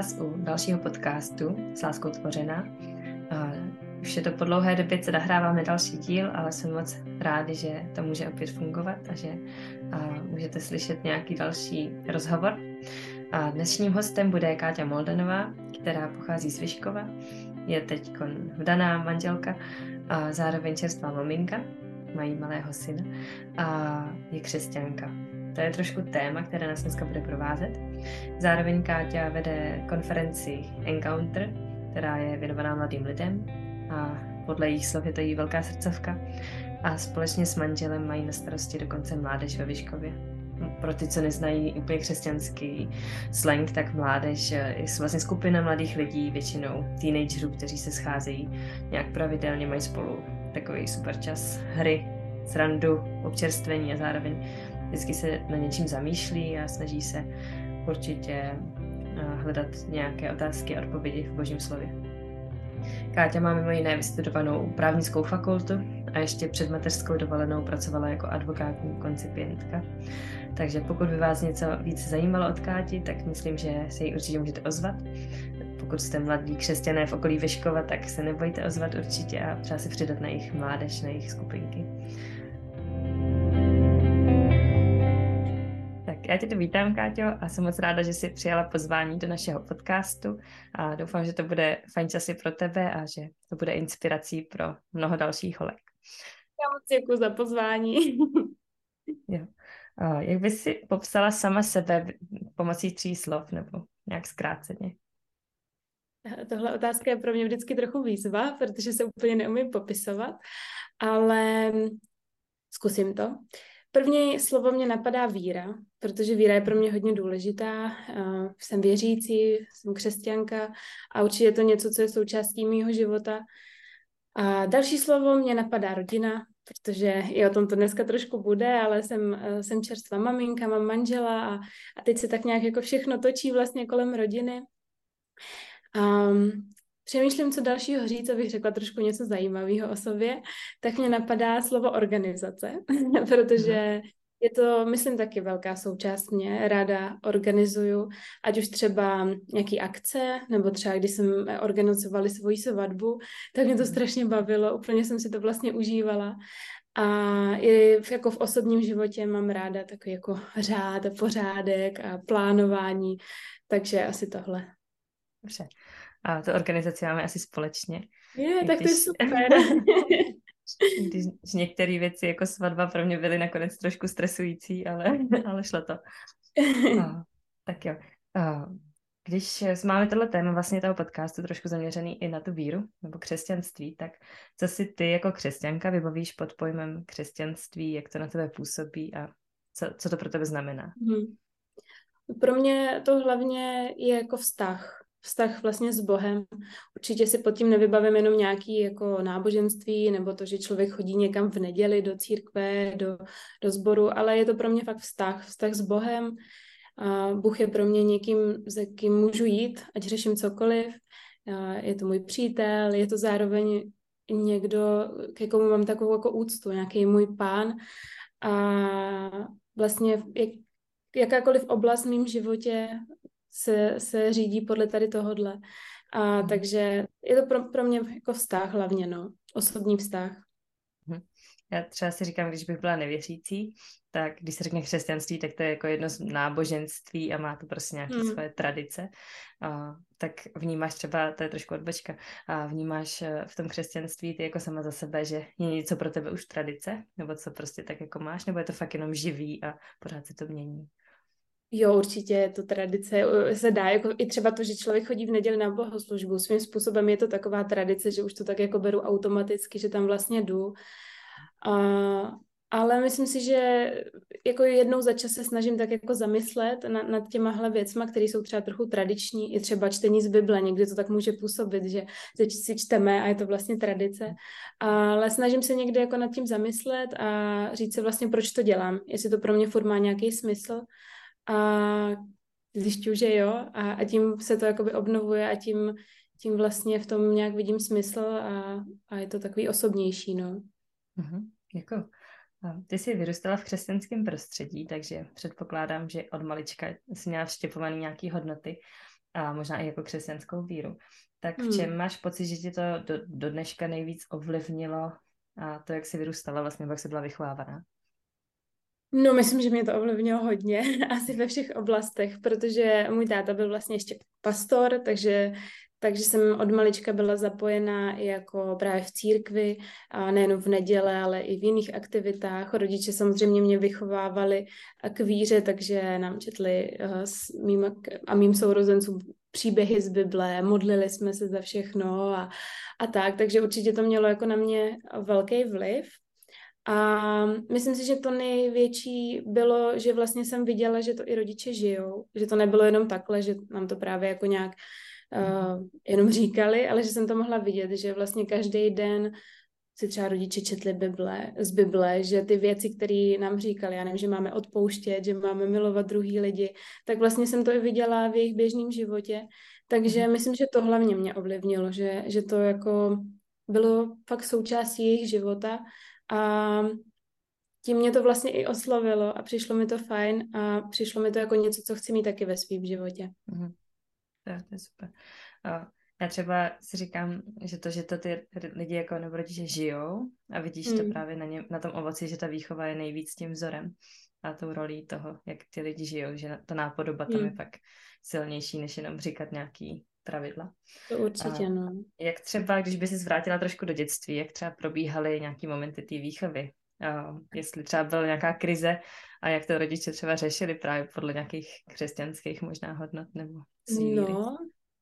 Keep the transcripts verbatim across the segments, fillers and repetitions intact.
vás u dalšího podcastu S láskou tvořená. Už je to po dlouhé době, co nahráváme další díl, ale jsem moc rádi, že to může opět fungovat a že a můžete slyšet nějaký další rozhovor. A dnešním hostem bude Káťa Moldanová, která pochází z Vyškova. Je teď vdaná manželka a zároveň čerstvá maminka, mají malého syna a je křesťanka. To je trošku téma, které nás dneska bude provázet. Zároveň Káťa vede konferenci Encounter, která je věnovaná mladým lidem a podle jejich slov je to jí velká srdcovka a společně s manželem mají na starosti dokonce mládež ve Vyškově. Pro ty, co neznají úplně křesťanský slang, tak mládež je vlastně skupina mladých lidí, většinou teenagerů, kteří se scházejí nějak pravidelně, mají spolu takový super čas hry, srandu, občerstvení a zároveň vždycky se na něčím zamýšlí a snaží se určitě hledat nějaké otázky a odpovědi v Božím slově. Káťa má mimo jiné vystudovanou právnickou fakultu a ještě před mateřskou dovolenou pracovala jako advokátní koncipientka. Takže pokud by vás něco víc zajímalo od Káti, tak myslím, že se jí určitě můžete ozvat. Pokud jste mladí křesťané v okolí Vyškova, tak se nebojte ozvat určitě a třeba se přidat na jejich mládež, na jejich skupinky. Tak já tě tu vítám, Káťo, a jsem moc ráda, že jsi přijala pozvání do našeho podcastu a doufám, že to bude fajn časy pro tebe a že to bude inspirací pro mnoho dalších holek. Já moc děkuji za pozvání. Jo. A jak bys si popsala sama sebe pomocí tří slov nebo nějak zkráceně? Tohle otázka je pro mě vždycky trochu výzva, protože se úplně neumím popisovat, ale zkusím to. První slovo mě napadá víra, protože víra je pro mě hodně důležitá. Jsem věřící, jsem křesťanka a určitě je to něco, co je součástí mýho života. A další slovo mě napadá rodina, protože i o tom to dneska trošku bude, ale jsem, jsem čerstvá maminka, mám manžela a, a teď se tak nějak jako všechno točí vlastně kolem rodiny. Um, Přemýšlím, co dalšího říct, abych řekla trošku něco zajímavého o sobě, tak mě napadá slovo organizace, protože je to, myslím, taky velká součást mě. Ráda organizuju, ať už třeba nějaký akce, nebo třeba když jsme organizovali svoji svatbu, tak mě to strašně bavilo, úplně jsem si to vlastně užívala. A i jako v osobním životě mám ráda takový jako řád a pořádek a plánování, takže asi tohle. Dobře. A to organizaci máme asi společně. Je, tak to je super. Když některé věci jako svatba pro mě byly nakonec trošku stresující, ale, ale šlo to. No, tak jo. Když máme tohle téma vlastně toho podcastu trošku zaměřený i na tu víru nebo křesťanství, tak co si ty jako křesťanka vybavíš pod pojmem křesťanství, jak to na tebe působí a co, co to pro tebe znamená? Hmm. Pro mě to hlavně je jako vztah. Vztah vlastně s Bohem. Určitě si pod tím nevybavím jenom nějaký jako náboženství nebo to, že člověk chodí někam v neděli do církve, do, do sboru, ale je to pro mě fakt vztah. Vztah s Bohem. A Bůh je pro mě někým, se kým můžu jít, ať řeším cokoliv. A je to můj přítel, je to zároveň někdo, ke komu mám takovou jako úctu, nějaký můj pán. A vlastně jak, jakákoliv oblast v mém životě se, se řídí podle tady tohodle. A hmm. takže je to pro, pro mě jako vztah hlavně, no. Osobní vztah. Hmm. Já třeba si říkám, když bych byla nevěřící, tak když se řekne křesťanství, tak to je jako jedno z náboženství a má to prostě nějaké hmm. svoje tradice. A, tak vnímáš třeba, to je trošku odbočka, a vnímáš v tom křesťanství ty jako sama za sebe, že je něco pro tebe už tradice? Nebo co prostě tak jako máš? Nebo je to fakt jenom živý a pořád se to mění? Jo, určitě je to tradice, se dá, jako i třeba to, že člověk chodí v neděli na bohoslužbu, svým způsobem je to taková tradice, že už to tak jako beru automaticky, že tam vlastně jdu. A, ale myslím si, že jako jednou za čas se snažím tak jako zamyslet nad, nad těmahle věcma, které jsou třeba trochu tradiční, i třeba čtení z Bible, někdy to tak může působit, že si čteme a je to vlastně tradice, ale snažím se někdy jako nad tím zamyslet a říct si vlastně, proč to dělám, jestli to pro mě furt má nějaký smysl. A zjišťuju, že jo, a, a tím se to jakoby obnovuje a tím, tím vlastně v tom nějak vidím smysl a, a je to takový osobnější, no. Mhm, děkuji. Ty jsi vyrůstala v křesťanském prostředí, takže předpokládám, že od malička jsi měla vštěpovaný nějaký hodnoty. a možná i jako křesťanskou víru. Tak v Hmm. čem máš pocit, že tě to do, do dneška nejvíc ovlivnilo a to, jak jsi vyrůstala vlastně, jak jsi byla vychovávaná? No, myslím, že mě to ovlivnilo hodně, asi ve všech oblastech, protože můj táta byl vlastně ještě pastor, takže, takže jsem od malička byla zapojená i jako právě v církvi, a nejen v neděle, ale i v jiných aktivitách. Rodiče samozřejmě mě vychovávali k víře, takže nám četli uh, s mým a mým sourozencům příběhy z Bible, modlili jsme se za všechno a, a tak, takže určitě to mělo jako na mě velký vliv. A myslím si, že to největší bylo, že vlastně jsem viděla, že to i rodiče žijou, že to nebylo jenom takhle, že nám to právě jako nějak uh, jenom říkali, ale že jsem to mohla vidět, že vlastně každý den si třeba rodiče četli Bible, z Bible, že ty věci, které nám říkali, já nevím, že máme odpouštět, že máme milovat druhý lidi, tak vlastně jsem to i viděla v jejich běžném životě. Takže myslím, že to hlavně mě ovlivnilo, že, že to jako bylo fakt součástí jejich života. A tím mě to vlastně i oslovilo a přišlo mi to fajn a přišlo mi to jako něco, co chci mít taky ve svém životě. Mm-hmm. To, to je super. A já třeba si říkám, že to, že to ty lidi jako nebo rodiče žijou a vidíš mm. to právě na, ně, na tom ovoci, že ta výchova je nejvíc tím vzorem a tou rolí toho, jak ty lidi žijou, že ta nápodoba tam mm. je pak silnější, než jenom říkat nějaký pravidla. To určitě, a no. Jak třeba, když by se zvrátila trošku do dětství, jak třeba probíhaly nějaký momenty té výchovy? A jestli třeba byla nějaká krize a jak to rodiče třeba řešili právě podle nějakých křesťanských možná hodnot nebo svý víry? No,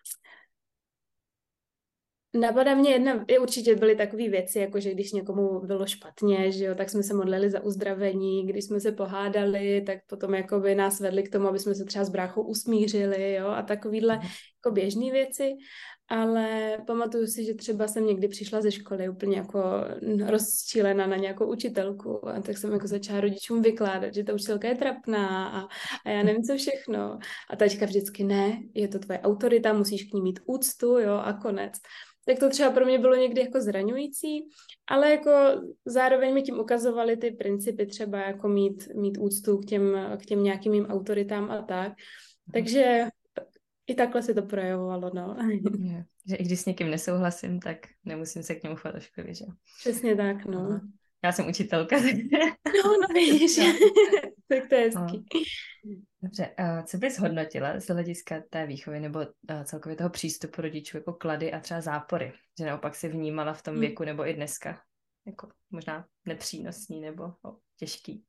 napadá mě jedna, je určitě byly takové věci, jako že když někomu bylo špatně, že jo, tak jsme se modlili za uzdravení, když jsme se pohádali, tak potom jakoby nás vedli k tomu, aby jsme se třeba s bráchou usmířili, jo, a takovýhle jako běžné věci, ale pamatuju si, že třeba jsem někdy přišla ze školy úplně jako rozčílená na nějakou učitelku a tak jsem jako začala rodičům vykládat, že ta učitelka je trapná a, a já nevím co všechno. A tačka vždycky ne, je to tvoje autorita, musíš k ní mít úctu, jo, a konec. Tak to třeba pro mě bylo někdy jako zraňující, ale jako zároveň mi tím ukazovali ty principy třeba jako mít, mít úctu k těm, k těm nějakým mým autoritám a tak. Takže i takhle se to projevovalo, no. Je, že i když s někým nesouhlasím, tak nemusím se k němu chovat ošklivě, že? Přesně tak, no. Aha. Já jsem učitelka. Tak... No, no vidíš. Tak to je hezký. Dobře, a co bys hodnotila z hlediska té výchovy nebo celkově toho přístupu rodičů jako klady a třeba zápory? Že naopak si vnímala v tom hmm. věku nebo i dneska jako možná nepřínosný nebo o, těžký?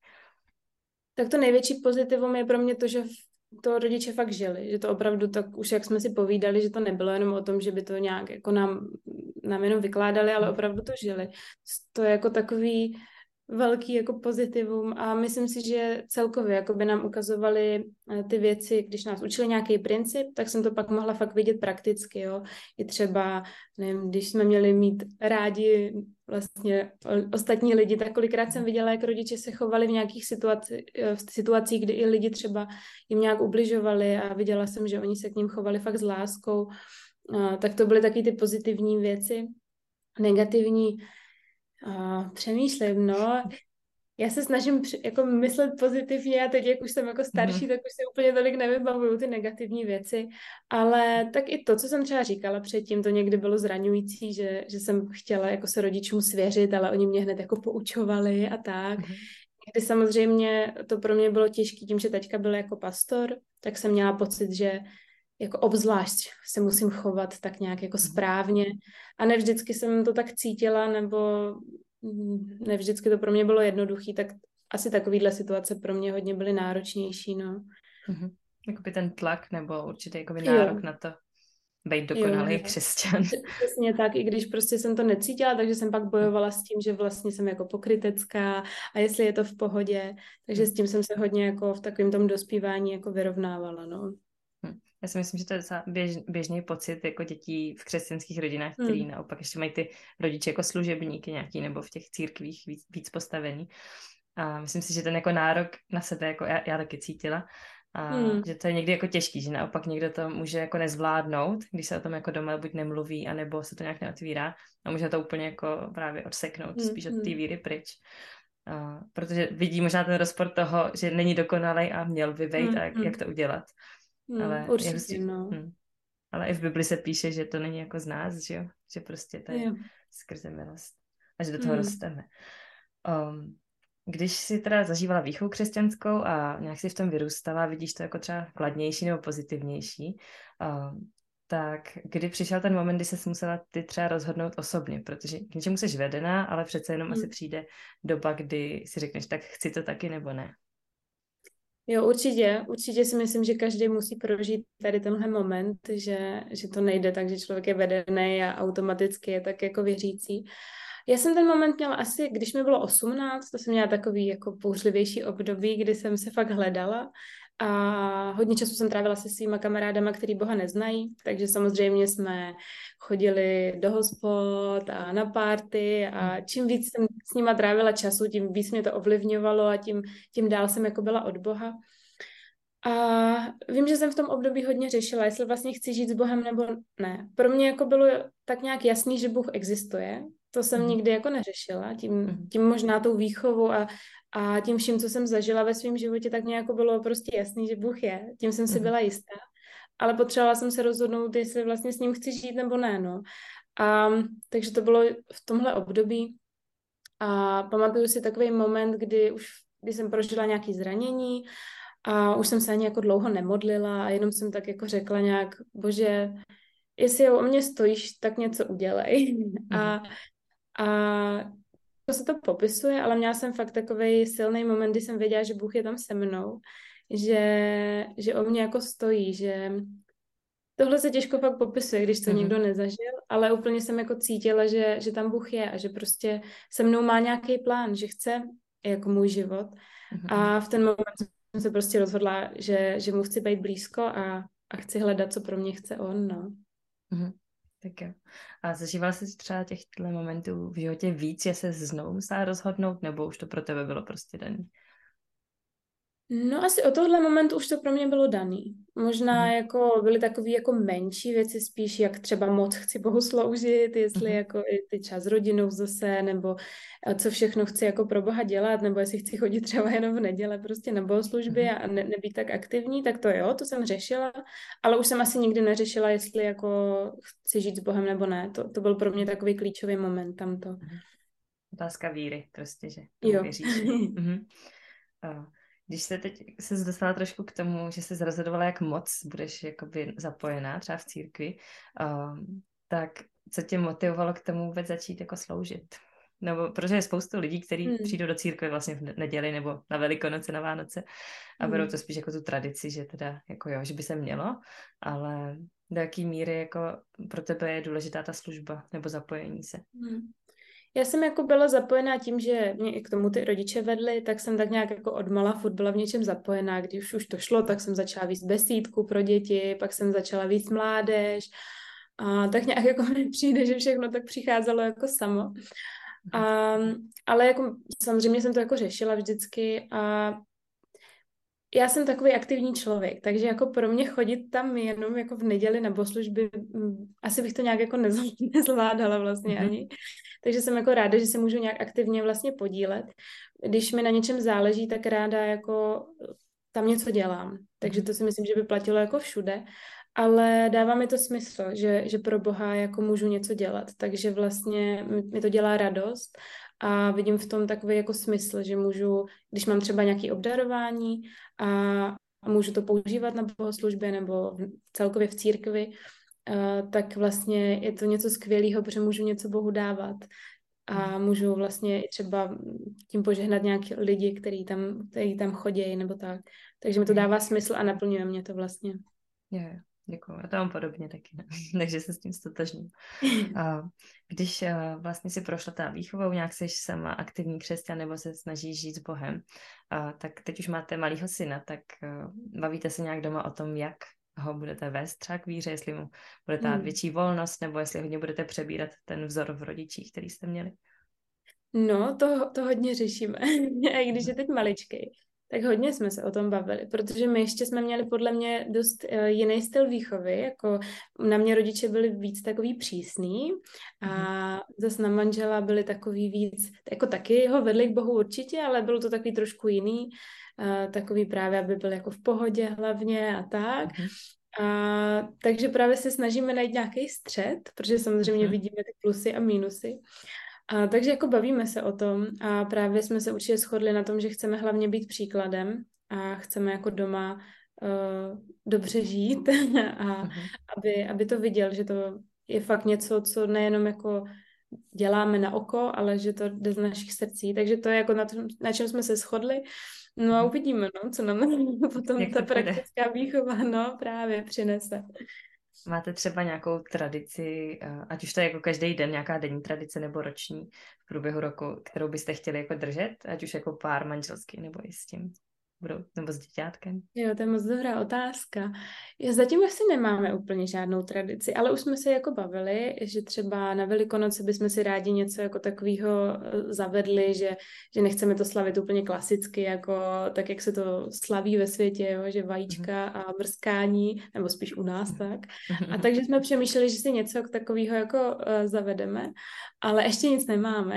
Tak to největší pozitivum je pro mě to, že to rodiče fakt žili, že to opravdu tak už jak jsme si povídali, že to nebylo jenom o tom, že by to nějak jako nám, nám jenom vykládali, ale opravdu to žili. To je jako takový velký jako pozitivum a myslím si, že celkově jako by nám ukazovali ty věci, když nás učili nějaký princip, tak jsem to pak mohla fakt vidět prakticky, jo. I třeba, nevím, když jsme měli mít rádi vlastně ostatní lidi, tak kolikrát jsem viděla, jak rodiče se chovali v nějakých situaci, v situacích, kdy i lidi třeba jim nějak ubližovali a viděla jsem, že oni se k ním chovali fakt s láskou. Tak to byly taky ty pozitivní věci. Negativní Uh, přemýšlím, no. Já se snažím jako myslet pozitivně a teď, jak už jsem jako starší, mm. tak už si úplně tolik nevybavuju ty negativní věci, ale tak i to, co jsem třeba říkala předtím, to někdy bylo zraňující, že, že jsem chtěla jako se rodičům svěřit, ale oni mě hned jako poučovali a tak. Mm. Někdy samozřejmě to pro mě bylo těžké tím, že teďka byl jako pastor, tak jsem měla pocit, že jako obzvlášť se musím chovat tak nějak jako správně a ne vždycky jsem to tak cítila, nebo ne vždycky to pro mě bylo jednoduchý, tak asi takovýhle situace pro mě hodně byly náročnější, no. Mm-hmm. Jakoby ten tlak nebo určitě jakoby nárok jo. na to být dokonalý jo, křesťan. Přesně tak, i když prostě jsem to necítila, takže jsem pak bojovala s tím, že vlastně jsem jako pokrytecká a jestli je to v pohodě, takže s tím jsem se hodně jako v takovém tom dospívání jako vyrovnávala, no. Já si myslím, že to je běž, běžný pocit jako dětí v křesťanských rodinách, který hmm. naopak ještě mají ty rodiče jako služebníky nějaký nebo v těch církvích víc, víc postavený. A myslím si, že ten jako nárok na sebe jako já, já taky cítila. A hmm. že to je někdy jako těžký, že naopak někdo to může jako nezvládnout, když se o tom jako doma buď nemluví, anebo se to nějak neotvírá a může to úplně jako právě odseknout, hmm. spíš od té víry pryč. A protože vidí možná ten rozpor toho, že není dokonalej a měl by být hmm. a jak, jak to udělat. Hmm, ale určitě, vždy, no. hm, Ale i v Bibli se píše, že to není jako z nás, že jo? Že prostě to je Jo. skrze milost. A že do toho Hmm. rosteme. Um, když jsi teda zažívala výchovu křesťanskou a nějak si v tom vyrůstala, vidíš to jako třeba kladnější nebo pozitivnější, um, tak kdy přišel ten moment, kdy se musela ty třeba rozhodnout osobně, protože k něčemu jsi vedená, ale přece jenom hmm. asi přijde doba, kdy si řekneš, tak chci to taky nebo ne. Jo, určitě. Určitě si myslím, že každý musí prožít tady tenhle moment, že, že to nejde tak, že člověk je vedený a automaticky je tak jako věřící. Já jsem ten moment měla asi, když mi bylo osmnáct, to jsem měla takový jako bouřlivější období, kdy jsem se fakt hledala a hodně času jsem trávila se svýma kamarádama, který Boha neznají, takže samozřejmě jsme chodili do hospod a na party a čím víc jsem s nima trávila času, tím víc mě to ovlivňovalo a tím, tím dál jsem jako byla od Boha. A vím, že jsem v tom období hodně řešila, jestli vlastně chci žít s Bohem nebo ne. Pro mě jako bylo tak nějak jasný, že Bůh existuje. To jsem mm. nikdy jako neřešila. Tím, tím možná tou výchovou a, a tím vším, co jsem zažila ve svém životě, tak mě jako bylo prostě jasný, že Bůh je. Tím jsem si byla jistá. Ale potřebovala jsem se rozhodnout, jestli vlastně s ním chci žít nebo ne. No. A, takže to bylo v tomhle období. A pamatuju si takový moment, kdy už kdy jsem prožila nějaké zranění a už jsem se ani jako dlouho nemodlila a jenom jsem tak jako řekla nějak, bože, jestli o mě stojíš, tak něco udělej. Mm. A, a to se to popisuje, ale měla jsem fakt takovej silný moment, kdy jsem věděla, že Bůh je tam se mnou, že, že o mě jako stojí, že tohle se těžko fakt popisuje, když to mm. nikdo nezažil, ale úplně jsem jako cítila, že, že tam Bůh je a že prostě se mnou má nějaký plán, že chce jako můj život. Mm. A v ten moment jsem se prostě rozhodla, že, že mu chci být blízko a, a chci hledat, co pro mě chce on, no. Mm. Tak jo. A zažívala jsi třeba těchto momentů v životě víc, že se znovu musela rozhodnout, nebo už to pro tebe bylo prostě daný? No asi od tohle momentu už to pro mě bylo daný. Možná mm. jako byly takové jako menší věci spíš, jak třeba moc chci Bohu sloužit, jestli mm. jako i ty čas s rodinou zase, nebo co všechno chci jako pro Boha dělat, nebo jestli chci chodit třeba jenom v neděle prostě na bohoslužby mm. a ne, nebýt tak aktivní, tak to jo, to jsem řešila, ale už jsem asi nikdy neřešila, jestli jako chci žít s Bohem nebo ne. To, to byl pro mě takový klíčový moment tamto. Mm. Otázka víry prostě, že jo. věříš. mm. uh. Když se teď se dostala trošku k tomu, že se rozhodovala, jak moc budeš jakoby zapojená třeba v církvi, um, tak co tě motivovalo k tomu vůbec začít jako sloužit? Nebo protože je spoustu lidí, kteří hmm. přijdou do církve vlastně v neděli nebo na Velikonoce, na Vánoce a berou to spíš jako tu tradici, že teda jako jo, že by se mělo, ale do jaký míry jako pro tebe je důležitá ta služba nebo zapojení se? Hmm. Já jsem jako byla zapojená tím, že mě i k tomu ty rodiče vedli, tak jsem tak nějak jako odmala furt byla v něčem zapojená. Když už to šlo, tak jsem začala víc besídku pro děti, pak jsem začala víc mládež a tak nějak jako mi přijde, že všechno tak přicházelo jako samo. A, ale jako samozřejmě jsem to jako řešila vždycky a já jsem takový aktivní člověk, takže jako pro mě chodit tam jenom jako v neděli na bohoslužby, asi bych to nějak jako nezvládala vlastně mm-hmm. ani. Takže jsem jako ráda, že se můžu nějak aktivně vlastně podílet. Když mi na něčem záleží, tak ráda jako tam něco dělám. Takže to si myslím, že by platilo jako všude. Ale dává mi to smysl, že, že pro Boha jako můžu něco dělat. Takže vlastně mi to dělá radost a vidím v tom takový jako smysl, že můžu, když mám třeba nějaké obdarování a, a můžu to používat na bohoslužbě nebo v, celkově v církvi, uh, tak vlastně je to něco skvělého, protože můžu něco Bohu dávat a můžu vlastně třeba tím požehnat nějaký lidi, kteří tam, který tam chodí nebo tak. Takže mi to dává smysl a naplňuje mě to vlastně. Yeah. Děkuju, já to mám podobně taky, ne? Takže se s tím stotožním. A když vlastně si prošla ta výchovou, nějak jsi sama aktivní křesťan nebo se snažíš žít s Bohem, a tak teď už máte malýho syna, tak bavíte se nějak doma o tom, jak ho budete vést třeba k víře, jestli mu budete dát hmm. větší volnost, nebo jestli hodně budete přebírat ten vzor v rodičích, který jste měli? No, to, to hodně řešíme, i když je teď maličkej. Tak hodně jsme se o tom bavili, protože my ještě jsme měli podle mě dost uh, jiný styl výchovy, jako na mě rodiče byli víc takový přísný a mm. zase na manžela byli takový víc, jako taky ho vedli k Bohu určitě, ale bylo to takový trošku jiný, uh, takový právě, aby byl jako v pohodě hlavně a tak. Mm. A, takže právě se snažíme najít nějaký střed, protože samozřejmě Mhm. vidíme ty plusy a mínusy. A, takže jako bavíme se o tom a právě jsme se určitě shodli na tom, že chceme hlavně být příkladem a chceme jako doma uh, dobře žít a Mhm. aby, aby to viděl, že to je fakt něco, co nejenom jako děláme na oko, ale že to jde z našich srdcí. Takže to je jako na, tom, na čem jsme se shodli. No a Mhm. uvidíme, no, co nám potom Jak ta to půjde? praktická výchova, no, právě přinese. Máte třeba nějakou tradici, eh, ať už to je jako každý den, nějaká denní tradice nebo roční v průběhu roku, kterou byste chtěli jako držet, ať už jako pár manželský nebo i s tím budou, nebo s děťátkem? Jo, to je moc dobrá otázka. Já zatím asi nemáme úplně žádnou tradici, ale už jsme se jako bavili, že třeba na Velikonoce bychom si rádi něco jako takového zavedli, že, že nechceme to slavit úplně klasicky, jako tak, jak se to slaví ve světě, jo, že vajíčka a mrskání, nebo spíš u nás tak. A takže jsme přemýšleli, že si něco takového jako uh, zavedeme, ale ještě nic nemáme.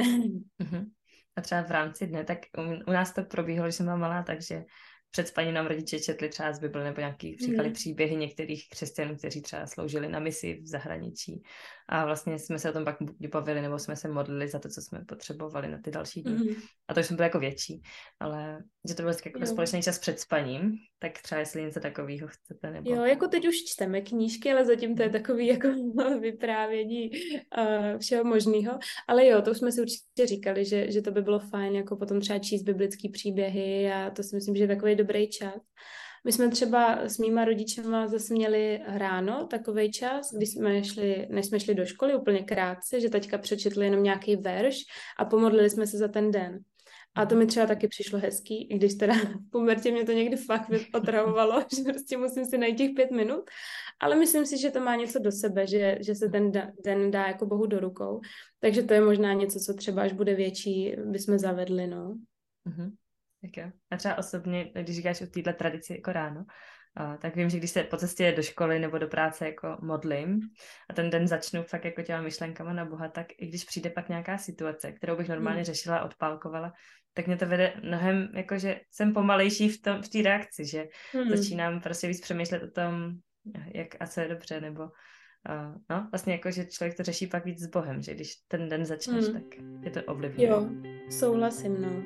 A třeba v rámci dne, tak u, u nás to probíhalo, když jsem byla malá, takže před spaním nám rodiče četli třeba z Bible nebo nějaký říkali Mm. příběhy některých křesťanů, kteří třeba sloužili na misi v zahraničí. A vlastně jsme se o tom pak bavili, nebo jsme se modlili za to, co jsme potřebovali na ty další dny. Mm. A to už jsme byli jako větší, ale že to byl jako Jo. společný čas před spaním, tak třeba jestli něco takového chcete, nebo... Jo, jako teď už čteme knížky, ale zatím to je takový jako vyprávění uh, všeho možného. Ale jo, to už jsme si určitě říkali, že, že to by bylo fajn, jako potom třeba číst biblické příběhy a to si myslím, že je takový dobrý čas. My jsme třeba s mýma rodičema zase měli ráno takovej čas, kdy jsme šli, než jsme šli do školy úplně krátce, že teďka přečetli jenom nějaký verš a pomodlili jsme se za ten den. A to mi třeba taky přišlo hezký, i když teda v pubertě mě to někdy fakt otravovalo, že prostě musím si najít těch pět minut, ale myslím si, že to má něco do sebe, že, že se ten den dá jako Bohu do rukou. Takže to je možná něco, co třeba až bude větší, bychom zavedli, no. Mhm. Tak jo. A třeba osobně, když říkáš o této tradici jako ráno, a tak vím, že když se po cestě do školy nebo do práce jako modlím a ten den začnu fakt jako těma myšlenkama na Boha, tak i když přijde pak nějaká situace, kterou bych normálně Hmm. řešila a odpálkovala, tak mě to vede mnohem, jako že jsem pomalejší v tom, v té reakci, že Hmm. začínám prostě víc přemýšlet o tom, jak a co je dobře, nebo uh, no, vlastně jako, že člověk to řeší pak víc s Bohem, že když ten den začneš, Hmm. tak je to ovlivňuje. Jo, souhlasím, no.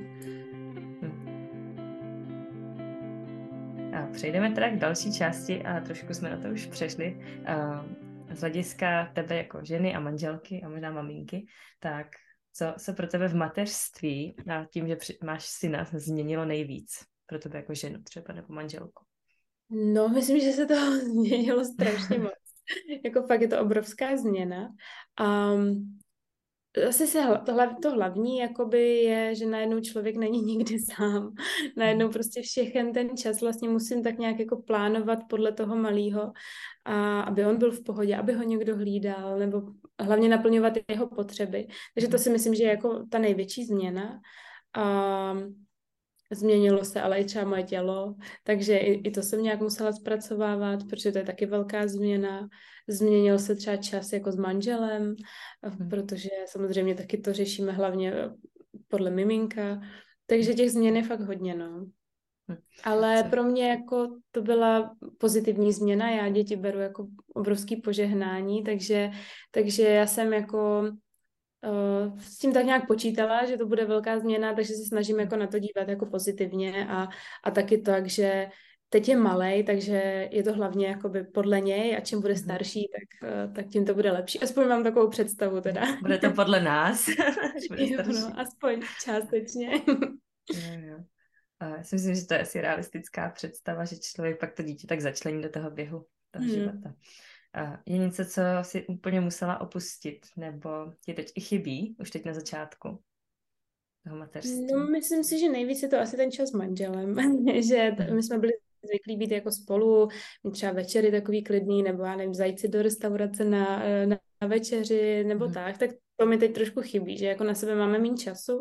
A přejdeme teda k další části a trošku jsme na to už přešli. Z hlediska tebe jako ženy a manželky a možná maminky, tak co se pro tebe v mateřství a tím, že máš syna, změnilo nejvíc pro tebe jako ženu třeba nebo manželku? No, myslím, že se to změnilo strašně moc. Jako fakt je to obrovská změna. Um, Asi se to, to hlavní jakoby je, že najednou člověk není nikdy sám. Najednou prostě všechen ten čas vlastně musím tak nějak jako plánovat podle toho malého, a aby on byl v pohodě, aby ho někdo hlídal, nebo hlavně naplňovat jeho potřeby. Takže to si myslím, že je jako ta největší změna. A změnilo se ale i třeba moje tělo, takže i, i to jsem nějak musela zpracovávat, protože to je taky velká změna. Změnil se třeba čas jako s manželem, Hmm. protože samozřejmě taky to řešíme hlavně podle miminka, takže těch změn je fakt hodně, no. Hmm. Ale Co? pro mě jako to byla pozitivní změna, já děti beru jako obrovský požehnání, takže, takže já jsem jako Uh, s tím tak nějak počítala, že to bude velká změna, takže se snažím jako na to dívat jako pozitivně a, a taky tak, že teď je malej, takže je to hlavně jakoby podle něj a čím bude starší, tak, uh, tak tím to bude lepší. Aspoň mám takovou představu teda. Bude to podle nás, až bude Jo, starší. no, aspoň částečně. Jo, jo. A já si myslím, že to je asi realistická představa, že člověk pak to dítě tak začlení do toho běhu toho Hmm. života. A je něco, co si úplně musela opustit, nebo ti teď i chybí, už teď na začátku toho mateřství? No, myslím si, že nejvíc je to asi ten čas s manželem, že t- my jsme byli zvyklí být jako spolu, mít třeba večery takový klidný, nebo já nevím, zajít si do restaurace na, na, na večeři, nebo Mhm. tak, tak to mi teď trošku chybí, že jako na sebe máme méně času.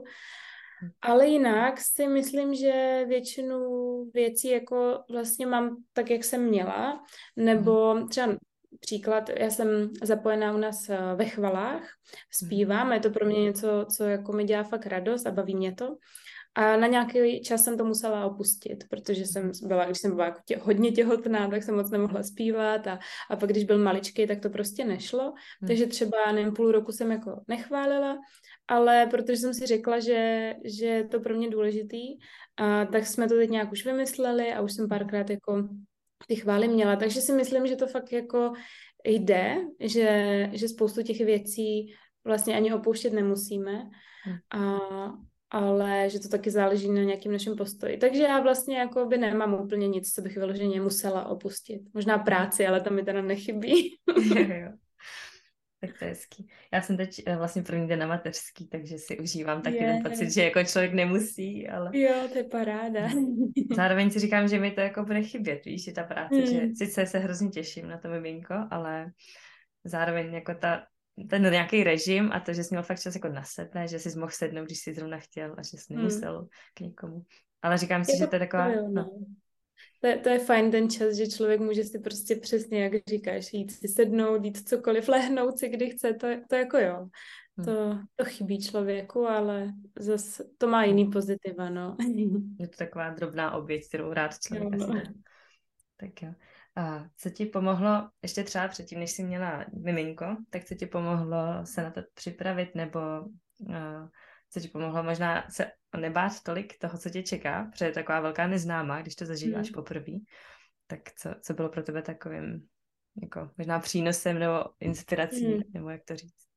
Ale jinak si myslím, že většinu věcí jako vlastně mám tak, jak jsem měla, nebo třeba příklad, já jsem zapojená u nás ve chvalách, zpívám, je to pro mě něco, co jako mi dělá fakt radost a baví mě to. A na nějaký čas jsem to musela opustit, protože jsem byla, když jsem byla jako tě, hodně těhotná, tak jsem moc nemohla zpívat a, a pak když byl maličký, tak to prostě nešlo. Hmm. Takže třeba nevím, půl roku jsem jako nechválila, ale protože jsem si řekla, že, že je to pro mě důležitý, a tak jsme to teď nějak už vymysleli a už jsem párkrát jako ty chvály měla. Takže si myslím, že to fakt jako jde, že, že spoustu těch věcí vlastně ani opouštět nemusíme. Hmm. A ale že to taky záleží na nějakém našem postoji. Takže já vlastně jako by nemám úplně nic, co bych vyloženě musela opustit. Možná práci, ale to mi teda nechybí. Jo. Tak to je hezký. Já jsem teď vlastně první den na mateřský, takže si užívám taky je. ten pocit, že jako člověk nemusí, ale... Jo, to je paráda. Zároveň si říkám, že mi to jako bude chybět, víš, že ta práce, hmm. že sice se hrozně těším na to miminko, ale zároveň jako ta ten nějaký režim a to, že jsi měl fakt čas jako na sebe, že jsi mohl sednout, když jsi zrovna chtěl a že jsi nemusel hmm. k někomu. Ale říkám si, je že to je taková... Jo, no. To je, to je fajn ten čas, že člověk může si prostě přesně, jak říkáš, jít si sednout, jít cokoliv, lehnout si, kdy chce, to, to jako jo. Hmm. To, to chybí člověku, ale zase to má jiný pozitiva, no. Je to taková drobná oběť, kterou rád člověk jo, no. asi dá. Tak jo. A co ti pomohlo, ještě třeba předtím, než jsi měla miminko, tak co ti pomohlo se na to připravit, nebo uh, co ti pomohlo možná se nebát tolik toho, co tě čeká, protože je taková velká neznámá, když to zažíváš hmm. poprvé, tak co, co bylo pro tebe takovým jako možná přínosem nebo inspirací, hmm. nebo jak to říct?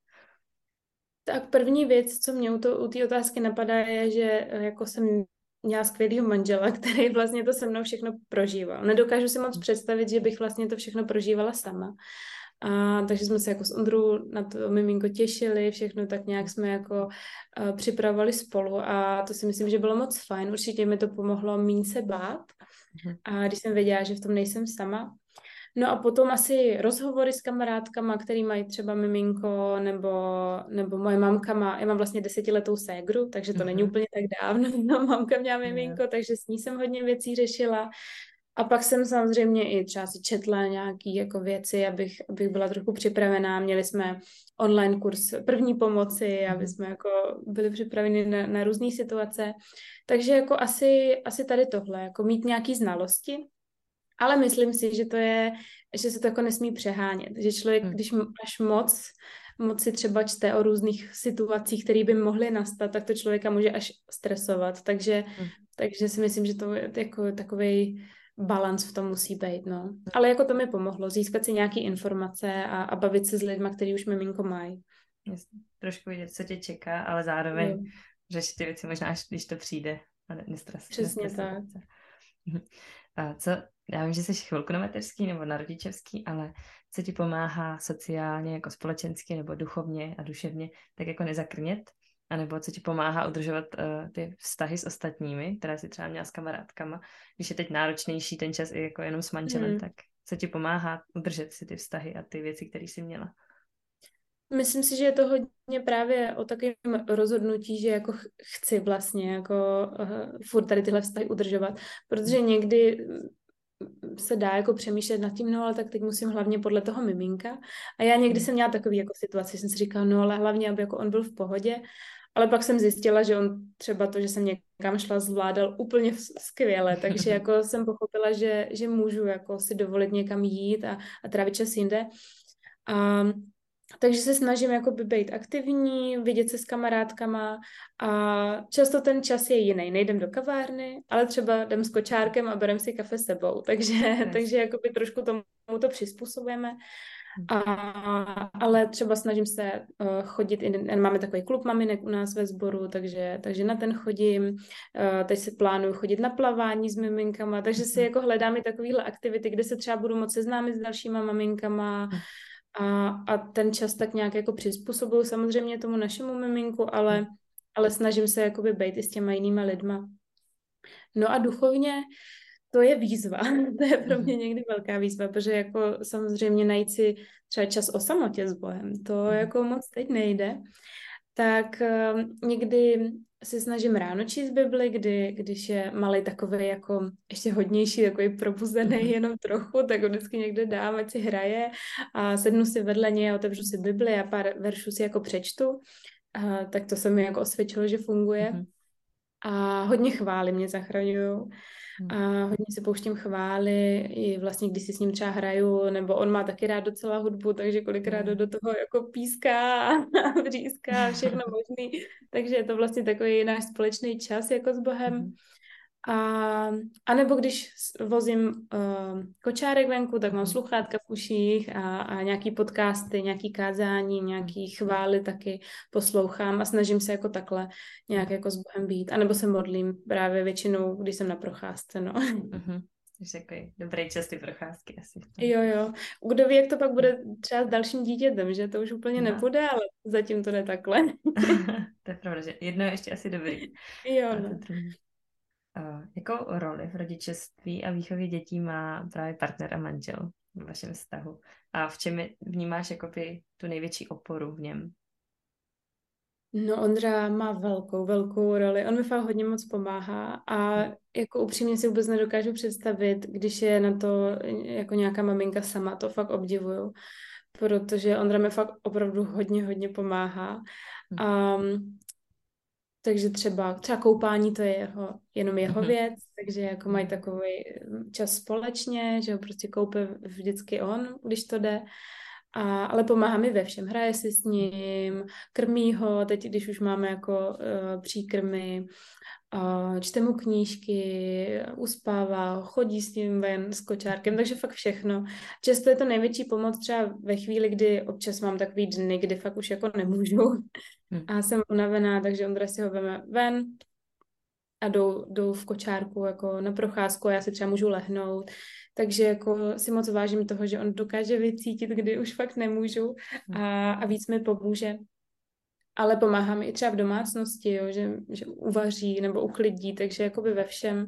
Tak první věc, co mě u, to, u té otázky napadá, je, že jako jsem měla skvělýho manžela, který vlastně to se mnou všechno prožíval. Nedokážu si moc představit, že bych vlastně to všechno prožívala sama. A, takže jsme se jako s Ondrou na to miminko těšili, všechno tak nějak jsme jako uh, připravovali spolu a to si myslím, že bylo moc fajn. Určitě mi to pomohlo míň se bát a když jsem věděla, že v tom nejsem sama. No a potom asi rozhovory s kamarádkama, který mají třeba miminko, nebo, nebo moje mamka má, já mám vlastně desetiletou ségru, takže to uh-huh. není úplně tak dávno, no, mamka měla miminko, yeah. takže s ní jsem hodně věcí řešila. A pak jsem samozřejmě i třeba si četla nějaké jako věci, abych, abych byla trochu připravená. Měli jsme online kurz první pomoci, aby jsme jako byli připraveni na, na různé situace. Takže jako asi, asi tady tohle, jako mít nějaké znalosti. Ale myslím si, že to je, že se to jako nesmí přehánět. Že člověk, hmm. když máš moc, moc si třeba čte o různých situacích, které by mohly nastat, tak to člověka může až stresovat. Takže, hmm. takže si myslím, že to je jako takovej balans v tom musí být, no. Ale jako to mi pomohlo, získat si nějaké informace a, a bavit se s lidma, kteří už miminko mají. Jasně. Trošku vidět, co tě čeká, ale zároveň jo. řešit ty věci možná, až když to přijde a nestresovat. Přesně tak. A co, já vím, že jsi chvilku na mateřský nebo na rodičovský, ale co ti pomáhá sociálně, jako společensky nebo duchovně a duševně, tak jako nezakrnět? A nebo co ti pomáhá udržovat uh, ty vztahy s ostatními, které si třeba měla s kamarádkama, když je teď náročnější ten čas i jako jenom s manželem, hmm. tak co ti pomáhá udržet si ty vztahy a ty věci, které jsi měla? Myslím si, že je to hodně právě o takovém rozhodnutí, že jako chci vlastně jako uh, furt tady tyhle vztahy udržovat, protože někdy se dá jako přemýšlet nad tím, no ale tak teď musím hlavně podle toho miminka. A já někdy jsem měla takový jako situaci, jsem si říkala, no ale hlavně, aby jako on byl v pohodě. Ale pak jsem zjistila, že on třeba to, že jsem někam šla, zvládal úplně skvěle, takže jako jsem pochopila, že, že můžu jako si dovolit někam jít a, a trávit čas jinde. A takže se snažím jakoby být aktivní, vidět se s kamarádkama a často ten čas je jiný. Nejdem do kavárny, ale třeba jdem s kočárkem a berem si kafe sebou. Takže, yes. takže jakoby trošku tomu to přizpůsobujeme. A, ale třeba snažím se uh, chodit, i, máme takový klub maminek u nás ve sboru, takže, takže na ten chodím. Uh, teď si plánuju chodit na plavání s miminkama, takže si jako hledám i takovýhle aktivity, kde se třeba budu moct seznámit s dalšíma maminkama. A, a ten čas tak nějak jako přizpůsobuju samozřejmě tomu našemu miminku, ale, ale snažím se jakoby být i s těma jinýma lidma. No a duchovně to je výzva. To je pro mě někdy velká výzva, protože jako samozřejmě najít si třeba čas o samotě s Bohem, to jako moc teď nejde. Tak uh, někdy se snažím ráno číst Bibli, kdy, když je malý takový jako ještě hodnější, takový probuzený jenom trochu, tak ho vždycky někde dám, ať si hraje a sednu si vedle něj a otevřu si Bibli a pár veršů si jako přečtu. Uh, tak to se mi jako osvědčilo, že funguje. Mm-hmm. a hodně chvály mě zachraňují. Hmm. A hodně se pouštím chvály, i vlastně, když si s ním třeba hraju, nebo on má taky rád docela hudbu, takže kolikrát do toho jako píská a vříská a všechno možný. Takže je to vlastně takový náš společný čas jako s Bohem. Hmm. A, a nebo když vozím uh, kočárek venku, tak mám Hmm. sluchátka v uších a, a nějaký podcasty, nějaký kázání, nějaký chvály taky poslouchám a snažím se jako takhle nějak jako s Bohem být. A nebo se modlím právě většinou, když jsem na procházce, no. Hmm. Takže takový dobrý čas ty procházky asi. Jo, jo. Kdo ví, jak to pak bude třeba s dalším dítětem, že to už úplně No. nepůjde, ale zatím to jde takhle. To je pravda, že jedno je ještě asi dobrý. Jo, A no. to druhý. Uh, jakou roli v rodičovství a výchově dětí má právě partner a manžel v vašem vztahu? A v čem je, vnímáš jakoby tu největší oporu v něm? No, Ondra má velkou, velkou roli. On mi fakt hodně moc pomáhá a jako upřímně si vůbec nedokážu představit, když je na to jako nějaká maminka sama, to fakt obdivuju, protože Ondra mi fakt opravdu hodně, hodně pomáhá. Um, takže třeba, třeba koupání, to je jeho, jenom jeho věc, takže jako mají takový čas společně, že ho prostě koupe vždycky on, když to jde. A, ale pomáhá mi ve všem. Hraje si s ním, krmí ho, teď když už máme jako uh, příkrmy, uh, čte mu knížky, uspává, chodí s ním ven s kočárkem, takže fakt všechno. Často je to největší pomoc třeba ve chvíli, kdy občas mám takový dny, kdy fakt už jako nemůžu a jsem unavená, takže Ondra si ho veme ven a jdou, jdou v kočárku jako na procházku a já si třeba můžu lehnout. Takže jako si moc vážím toho, že on dokáže vycítit, kdy už fakt nemůžu a, a víc mi pomůže. Ale pomáhá mi i třeba v domácnosti, jo, že, že uvaří nebo uklidí, takže jakoby ve všem.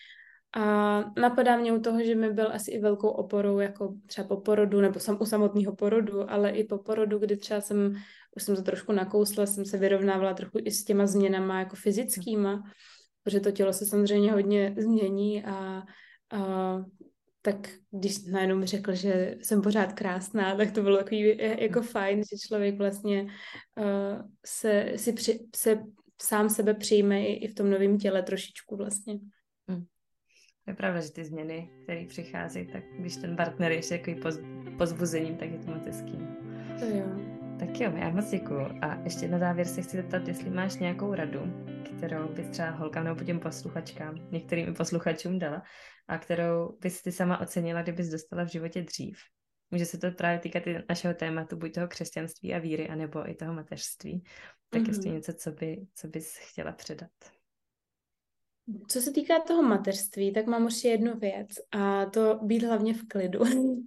A napadá mě u toho, že mi byl asi i velkou oporou, jako třeba po porodu, nebo sam, u samotného porodu, ale i po porodu, kdy třeba jsem, už jsem to trošku nakousla, jsem se vyrovnávala trochu i s těma změnama jako fyzickýma, protože to tělo se samozřejmě hodně změní a, a tak když najednou mi řekl, že jsem pořád krásná, tak to bylo takový jako fajn, že člověk vlastně uh, se, si při, se sám sebe přijme i, i v tom novém těle trošičku vlastně. Hmm. Je pravda, že ty změny, které přichází, tak když ten partner je ještě takový poz, pozbuzením, tak je to moc hezký. To jo. Tak jo, já moc děkuju. A ještě na závěr se chci zeptat, jestli máš nějakou radu, kterou bys třeba holkám nebo těm posluchačkám, některým i posluchačům dala, a kterou bys ty sama ocenila, kdybys dostala v životě dřív. Může se to právě týkat i našeho tématu, buď toho křesťanství a víry, anebo i toho mateřství. Tak mm-hmm. jestli něco, co, by, co bys chtěla předat. Co se týká toho mateřství, tak mám určitě jednu věc a to být hlavně v klidu.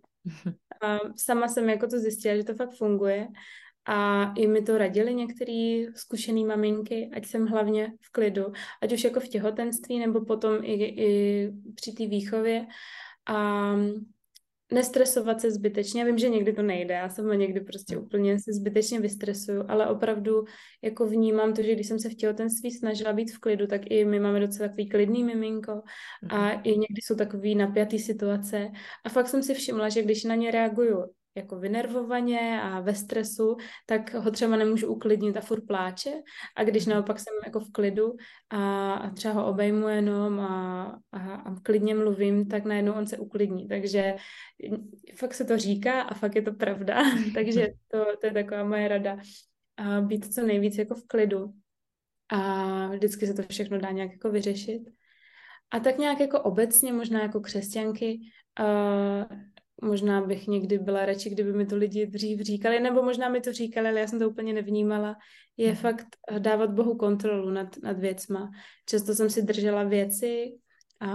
A sama jsem jako to zjistila, že to fakt funguje a i mi to radili některé zkušené maminky, ať jsem hlavně v klidu, ať už jako v těhotenství nebo potom i, i při té výchově a nestresovat se zbytečně. Já vím, že někdy to nejde, já sama někdy prostě úplně se zbytečně vystresuju, ale opravdu jako vnímám to, že když jsem se v těhotenství snažila být v klidu, tak i my máme docela takový klidný miminko a i někdy jsou takový napjatý situace a fakt jsem si všimla, že když na ně reaguju jako vynervovaně a ve stresu, tak ho třeba nemůžu uklidnit a furt pláče a když naopak jsem jako v klidu a, a třeba ho obejmu jenom a, a, a klidně mluvím, tak najednou on se uklidní, takže fakt se to říká a fakt je to pravda, takže to, to je taková moje rada a být co nejvíc jako v klidu a vždycky se to všechno dá nějak jako vyřešit a tak nějak jako obecně možná jako křesťanky uh, možná bych někdy byla radši, kdyby mi to lidi dřív říkali, nebo možná mi to říkali, ale já jsem to úplně nevnímala, je mm. fakt dávat Bohu kontrolu nad, nad věcma. Často jsem si držela věci a,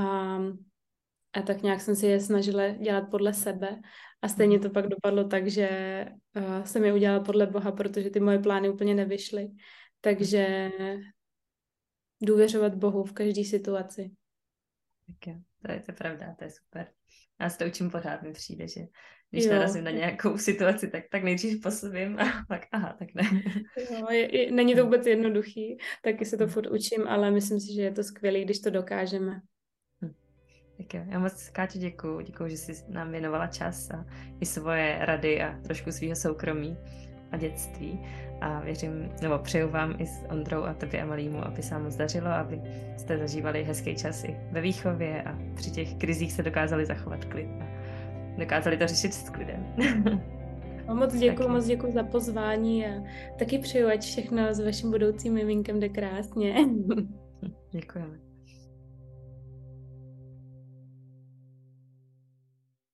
a tak nějak jsem si je snažila dělat podle sebe a stejně to pak dopadlo tak, že uh, jsem je udělala podle Boha, protože ty moje plány úplně nevyšly. Takže důvěřovat Bohu v každé situaci. Tak jo, to je to pravda, to je super. Já se to učím pořád, mi přijde, že když jo. narazím na nějakou situaci, tak, tak nejdřív posuvím a pak aha, tak ne. Jo, je, je, není to vůbec jednoduchý, taky se to furt učím, ale myslím si, že je to skvělé, když to dokážeme. Hm. Tak jo, já moc, Káťo, děkuju, děkuju, že jsi nám věnovala čas a i svoje rady a trošku svýho soukromí. a dětství. A věřím, nebo přeju vám i s Ondrou a tobě a malýmu, aby se vám moc dařilo, aby jste zažívali hezký čas i ve výchově a při těch krizích se dokázali zachovat klid a dokázali to řešit s klidem. Moc děkuji, moc děkuji za pozvání a taky přeju, ať všechno s vaším budoucím miminkem jde krásně. Děkujeme.